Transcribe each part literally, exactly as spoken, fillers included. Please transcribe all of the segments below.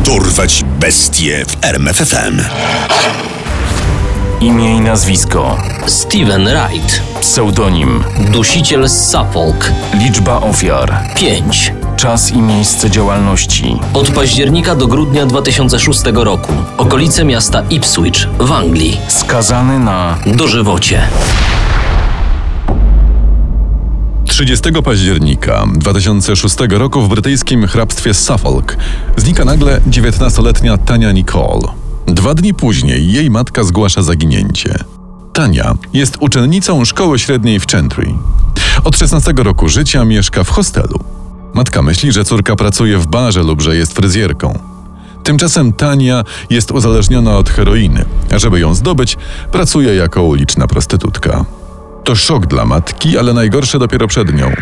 Dorwać bestie w R M F F M. Imię i nazwisko: Steven Wright. Pseudonim: Dusiciel z Suffolk. Liczba ofiar: pięć. Czas i miejsce działalności: Od października do grudnia dwa tysiące szóstego roku. Okolice miasta Ipswich w Anglii. Skazany na dożywocie. trzydziestego października dwa tysiące szóstego roku w brytyjskim hrabstwie Suffolk znika nagle dziewiętnastoletnia Tania Nicole. Dwa dni później jej matka zgłasza zaginięcie. Tania jest uczennicą szkoły średniej w Chantry. Od szesnastego roku życia mieszka w hostelu. Matka myśli, że córka pracuje w barze lub że jest fryzjerką. Tymczasem Tania jest uzależniona od heroiny, a żeby ją zdobyć, pracuje jako uliczna prostytutka. To szok dla matki, ale najgorsze dopiero przed nią.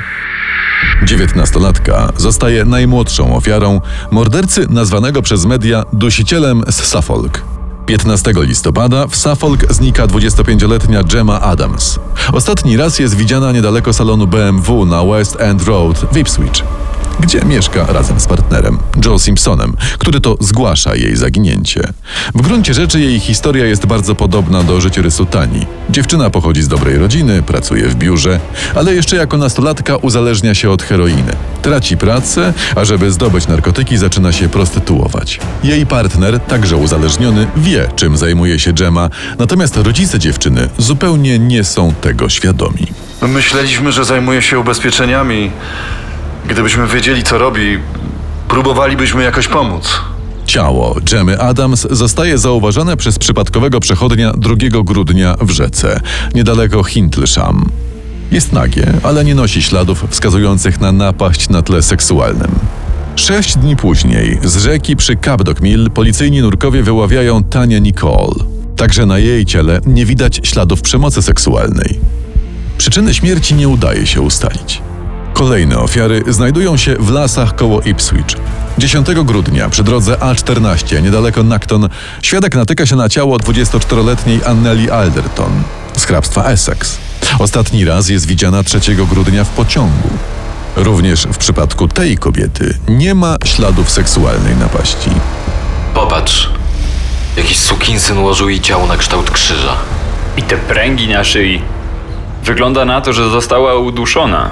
Dziewiętnastolatka zostaje najmłodszą ofiarą mordercy nazwanego przez media dusicielem z Suffolk. piętnastego listopada w Suffolk znika dwudziestopięcioletnia Gemma Adams. Ostatni raz jest widziana niedaleko salonu B M W na West End Road w Ipswich, gdzie mieszka razem z partnerem, Joe Simpsonem, który to zgłasza jej zaginięcie. W gruncie rzeczy jej historia jest bardzo podobna do życiorysu Tani. Dziewczyna pochodzi z dobrej rodziny, pracuje w biurze, ale jeszcze jako nastolatka uzależnia się od heroiny. Traci pracę, a żeby zdobyć narkotyki, zaczyna się prostytuować. Jej partner, także uzależniony, wie, czym zajmuje się Gemma, natomiast rodzice dziewczyny zupełnie nie są tego świadomi. Myśleliśmy, że zajmuje się ubezpieczeniami. Gdybyśmy wiedzieli, co robi, próbowalibyśmy jakoś pomóc. Ciało Gemmy Adams zostaje zauważone przez przypadkowego przechodnia drugiego grudnia w rzece, niedaleko Hindlesham. Jest nagie, ale nie nosi śladów wskazujących na napaść na tle seksualnym. Sześć dni później z rzeki przy Cabdock Mill policyjni nurkowie wyławiają Tanię Nicole. Także na jej ciele nie widać śladów przemocy seksualnej. Przyczyny śmierci nie udaje się ustalić. Kolejne ofiary znajdują się w lasach koło Ipswich. dziesiątego grudnia przy drodze A czternaście niedaleko Nacton świadek natyka się na ciało dwudziestoczteroletniej Anneli Alderton z hrabstwa Essex. Ostatni raz jest widziana trzeciego grudnia w pociągu. Również w przypadku tej kobiety nie ma śladów seksualnej napaści. Popatrz, jakiś sukinsyn ułożył jej ciało na kształt krzyża. I te pręgi na szyi. Wygląda na to, że została uduszona.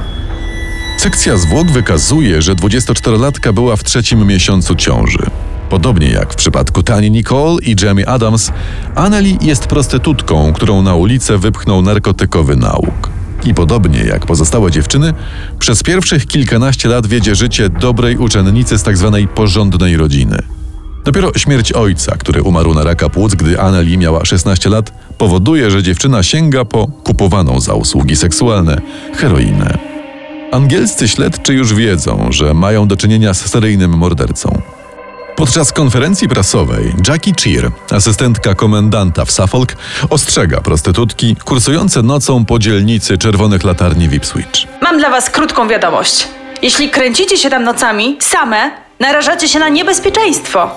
Sekcja zwłok wykazuje, że dwudziestoczterolatka była w trzecim miesiącu ciąży. Podobnie jak w przypadku Tani Nicole i Gemmy Adams, Anneli jest prostytutką, którą na ulicę wypchnął narkotykowy nałóg. I podobnie jak pozostałe dziewczyny, przez pierwszych kilkanaście lat wiedzie życie dobrej uczennicy z tzw. porządnej rodziny. Dopiero śmierć ojca, który umarł na raka płuc, gdy Anneli miała szesnaście lat, powoduje, że dziewczyna sięga po kupowaną za usługi seksualne heroinę. Angielscy śledczy już wiedzą, że mają do czynienia z seryjnym mordercą. Podczas konferencji prasowej Jackie Cheer, asystentka komendanta w Suffolk, ostrzega prostytutki kursujące nocą po dzielnicy Czerwonych Latarni w Ipswich. Mam dla was krótką wiadomość. Jeśli kręcicie się tam nocami, same, narażacie się na niebezpieczeństwo.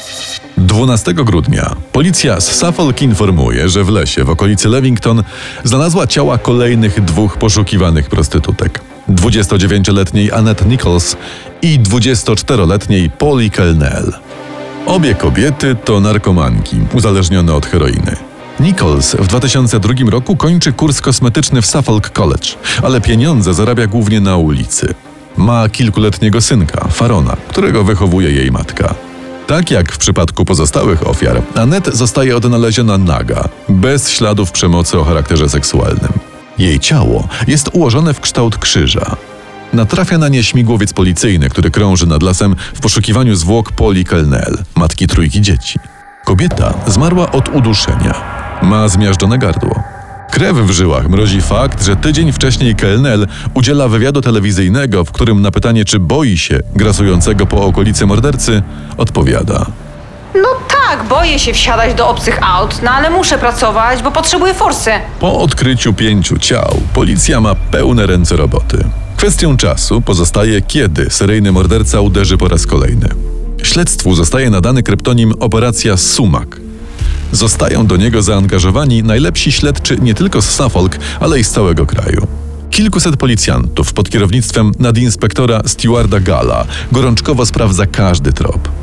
dwunastego grudnia policja z Suffolk informuje, że w lesie w okolicy Levington znalazła ciała kolejnych dwóch poszukiwanych prostytutek. dwudziestodziewięcioletniej Annette Nichols i dwudziestoczteroletniej Polly Kelnell. Obie kobiety to narkomanki uzależnione od heroiny. Nichols w dwa tysiące drugim roku kończy kurs kosmetyczny w Suffolk College, ale pieniądze zarabia głównie na ulicy. Ma kilkuletniego synka, Farona, którego wychowuje jej matka. Tak jak w przypadku pozostałych ofiar, Annette zostaje odnaleziona naga, bez śladów przemocy o charakterze seksualnym. Jej ciało jest ułożone w kształt krzyża. Natrafia na nie śmigłowiec policyjny, który krąży nad lasem w poszukiwaniu zwłok Polly Kelnell, matki trójki dzieci. Kobieta zmarła od uduszenia. Ma zmiażdżone gardło. Krew w żyłach mrozi fakt, że tydzień wcześniej Kelnell udziela wywiadu telewizyjnego, w którym na pytanie, czy boi się grasującego po okolicy mordercy, odpowiada: No tak, boję się wsiadać do obcych aut, no ale muszę pracować, bo potrzebuję forsy. Po odkryciu pięciu ciał policja ma pełne ręce roboty. Kwestią czasu pozostaje, kiedy seryjny morderca uderzy po raz kolejny. Śledztwu zostaje nadany kryptonim Operacja Sumak. Zostają do niego zaangażowani najlepsi śledczy nie tylko z Suffolk, ale i z całego kraju. Kilkuset policjantów pod kierownictwem nadinspektora Stewarda Galla gorączkowo sprawdza każdy trop.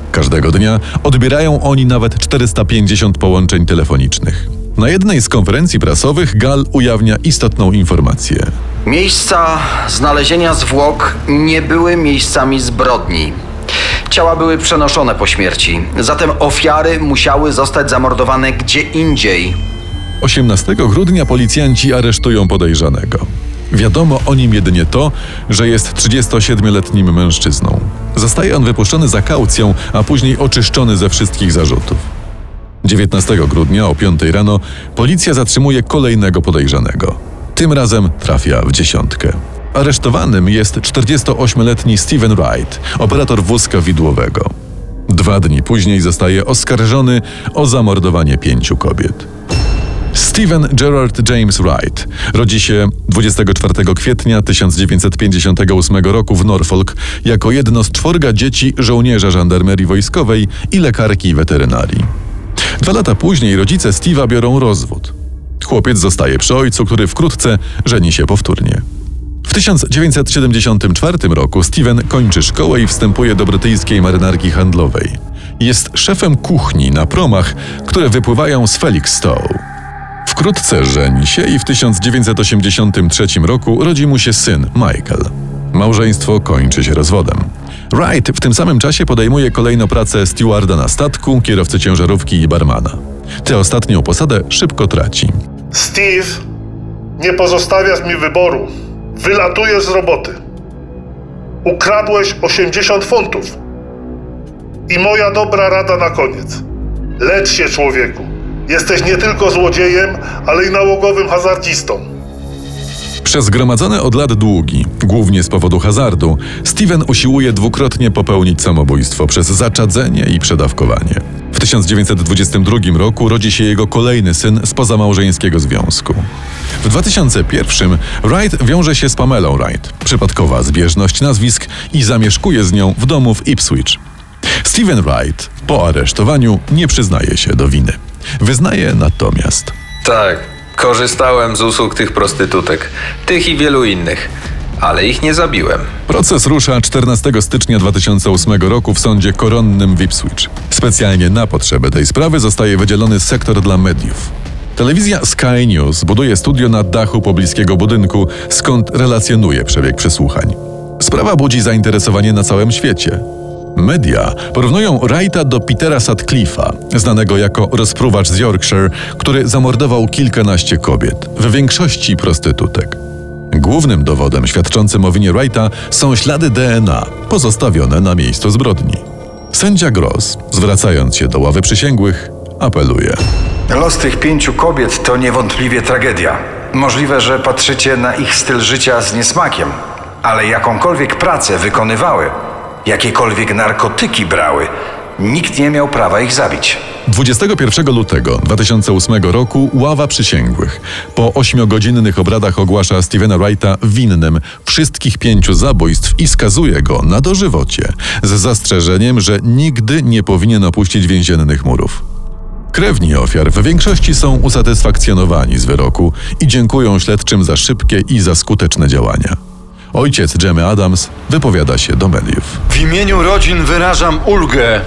Każdego dnia odbierają oni nawet czterysta pięćdziesiąt połączeń telefonicznych. Na jednej z konferencji prasowych Gal ujawnia istotną informację. Miejsca znalezienia zwłok nie były miejscami zbrodni. Ciała były przenoszone po śmierci, zatem ofiary musiały zostać zamordowane gdzie indziej. osiemnastego grudnia policjanci aresztują podejrzanego. Wiadomo o nim jedynie to, że jest trzydziestosiedmioletnim mężczyzną. Zostaje on wypuszczony za kaucją, a później oczyszczony ze wszystkich zarzutów. dziewiętnastego grudnia o piątej rano policja zatrzymuje kolejnego podejrzanego. Tym razem trafia w dziesiątkę. Aresztowanym jest czterdziestoośmioletni Steven Wright, operator wózka widłowego. Dwa dni później zostaje oskarżony o zamordowanie pięciu kobiet. Steven Gerard James Wright rodzi się dwudziestego czwartego kwietnia tysiąc dziewięćset pięćdziesiątego ósmego roku w Norfolk jako jedno z czworga dzieci żołnierza żandarmerii wojskowej i lekarki weterynarii. Dwa lata później rodzice Steve'a biorą rozwód. Chłopiec zostaje przy ojcu, który wkrótce żeni się powtórnie. W tysiąc dziewięćset siedemdziesiątym czwartym roku Steven kończy szkołę i wstępuje do brytyjskiej marynarki handlowej. Jest szefem kuchni na promach, które wypływają z Felixstowe. Wkrótce żeni się i w tysiąc dziewięćset osiemdziesiątym trzecim roku rodzi mu się syn Michael. Małżeństwo kończy się rozwodem. Wright w tym samym czasie podejmuje kolejno pracę stewarda na statku, kierowcy ciężarówki i barmana. Tę ostatnią posadę szybko traci. Steve, nie pozostawiasz mi wyboru. Wylatujesz z roboty. Ukradłeś osiemdziesiąt funtów. I moja dobra rada na koniec. Lecz się, człowieku. Jesteś nie tylko złodziejem, ale i nałogowym hazardzistą. Przez zgromadzone od lat długi, głównie z powodu hazardu, Steven usiłuje dwukrotnie popełnić samobójstwo przez zaczadzenie i przedawkowanie. W tysiąc dziewięćset dwudziestym drugim roku rodzi się jego kolejny syn z pozamałżeńskiego związku. W dwa tysiące pierwszym Wright wiąże się z Pamelą Wright, przypadkowa zbieżność nazwisk, i zamieszkuje z nią w domu w Ipswich. Steven Wright po aresztowaniu nie przyznaje się do winy. Wyznaje natomiast: Tak, korzystałem z usług tych prostytutek, tych i wielu innych, ale ich nie zabiłem. Proces rusza czternastego stycznia dwa tysiące ósmego roku w sądzie koronnym w Ipswich. Specjalnie na potrzeby tej sprawy zostaje wydzielony sektor dla mediów. Telewizja Sky News buduje studio na dachu pobliskiego budynku, skąd relacjonuje przebieg przesłuchań. Sprawa budzi zainteresowanie na całym świecie. Media porównują Wrighta do Petera Sutcliffe'a, znanego jako rozpruwacz z Yorkshire, który zamordował kilkanaście kobiet, w większości prostytutek. Głównym dowodem świadczącym o winie Wrighta są ślady D N A pozostawione na miejscu zbrodni. Sędzia Gross, zwracając się do ławy przysięgłych, apeluje: Los tych pięciu kobiet to niewątpliwie tragedia. Możliwe, że patrzycie na ich styl życia z niesmakiem, ale jakąkolwiek pracę wykonywały, jakiekolwiek narkotyki brały, nikt nie miał prawa ich zabić. dwudziestego pierwszego lutego dwa tysiące ósmego roku ława przysięgłych po ośmiogodzinnych obradach ogłasza Stevena Wrighta winnym wszystkich pięciu zabójstw i skazuje go na dożywocie, z zastrzeżeniem, że nigdy nie powinien opuścić więziennych murów. Krewni ofiar w większości są usatysfakcjonowani z wyroku i dziękują śledczym za szybkie i za skuteczne działania. Ojciec Jamie Adams wypowiada się do mediów. W imieniu rodzin wyrażam ulgę,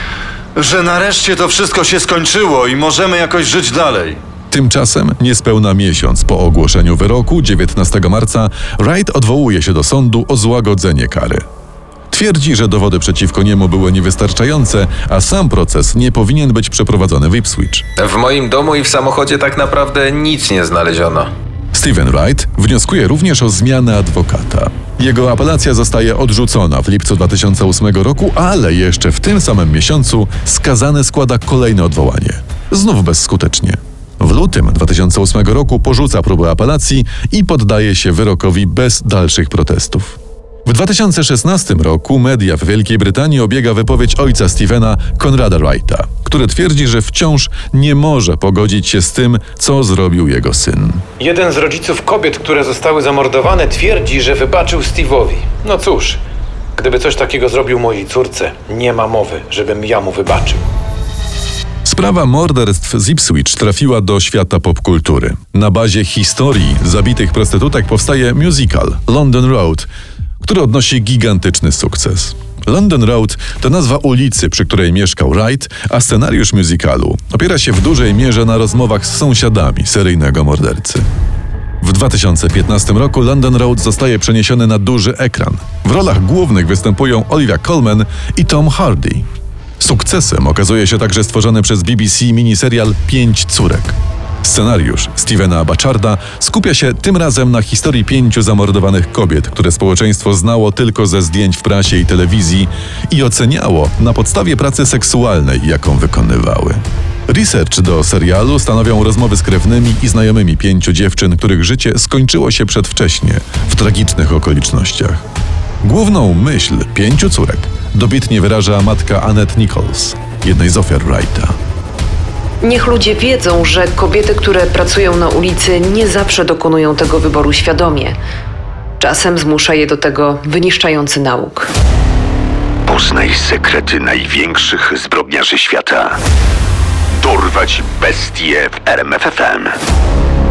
że nareszcie to wszystko się skończyło i możemy jakoś żyć dalej. Tymczasem, niespełna miesiąc po ogłoszeniu wyroku, dziewiętnastego marca, Wright odwołuje się do sądu o złagodzenie kary. Twierdzi, że dowody przeciwko niemu były niewystarczające, a sam proces nie powinien być przeprowadzony w Ipswich. W moim domu i w samochodzie tak naprawdę nic nie znaleziono. Steven Wright wnioskuje również o zmianę adwokata. Jego apelacja zostaje odrzucona w lipcu dwa tysiące ósmego roku, ale jeszcze w tym samym miesiącu skazany składa kolejne odwołanie. Znów bezskutecznie. W lutym dwa tysiące ósmego roku porzuca próbę apelacji i poddaje się wyrokowi bez dalszych protestów. W dwa tysiące szesnastym roku media w Wielkiej Brytanii obiega wypowiedź ojca Stevena, Conrada Wrighta, który twierdzi, że wciąż nie może pogodzić się z tym, co zrobił jego syn. Jeden z rodziców kobiet, które zostały zamordowane, twierdzi, że wybaczył Steve'owi. No cóż, gdyby coś takiego zrobił mojej córce, nie ma mowy, żebym ja mu wybaczył. Sprawa morderstw z Ipswich trafiła do świata popkultury. Na bazie historii zabitych prostytutek powstaje musical London Road, który odnosi gigantyczny sukces. London Road to nazwa ulicy, przy której mieszkał Wright, a scenariusz musicalu opiera się w dużej mierze na rozmowach z sąsiadami seryjnego mordercy. W dwa tysiące piętnastym roku London Road zostaje przeniesiony na duży ekran. W rolach głównych występują Olivia Colman i Tom Hardy. Sukcesem okazuje się także stworzony przez B B C miniserial Pięć córek. Scenariusz Stevena Bacharda skupia się tym razem na historii pięciu zamordowanych kobiet, które społeczeństwo znało tylko ze zdjęć w prasie i telewizji i oceniało na podstawie pracy seksualnej, jaką wykonywały. Research do serialu stanowią rozmowy z krewnymi i znajomymi pięciu dziewczyn, których życie skończyło się przedwcześnie, w tragicznych okolicznościach. Główną myśl Pięciu córek dobitnie wyraża matka Annette Nichols, jednej z ofiar Wrighta. Niech ludzie wiedzą, że kobiety, które pracują na ulicy, nie zawsze dokonują tego wyboru świadomie. Czasem zmusza je do tego wyniszczający nauk. Poznaj sekrety największych zbrodniarzy świata. Dorwać bestie w R M F F M.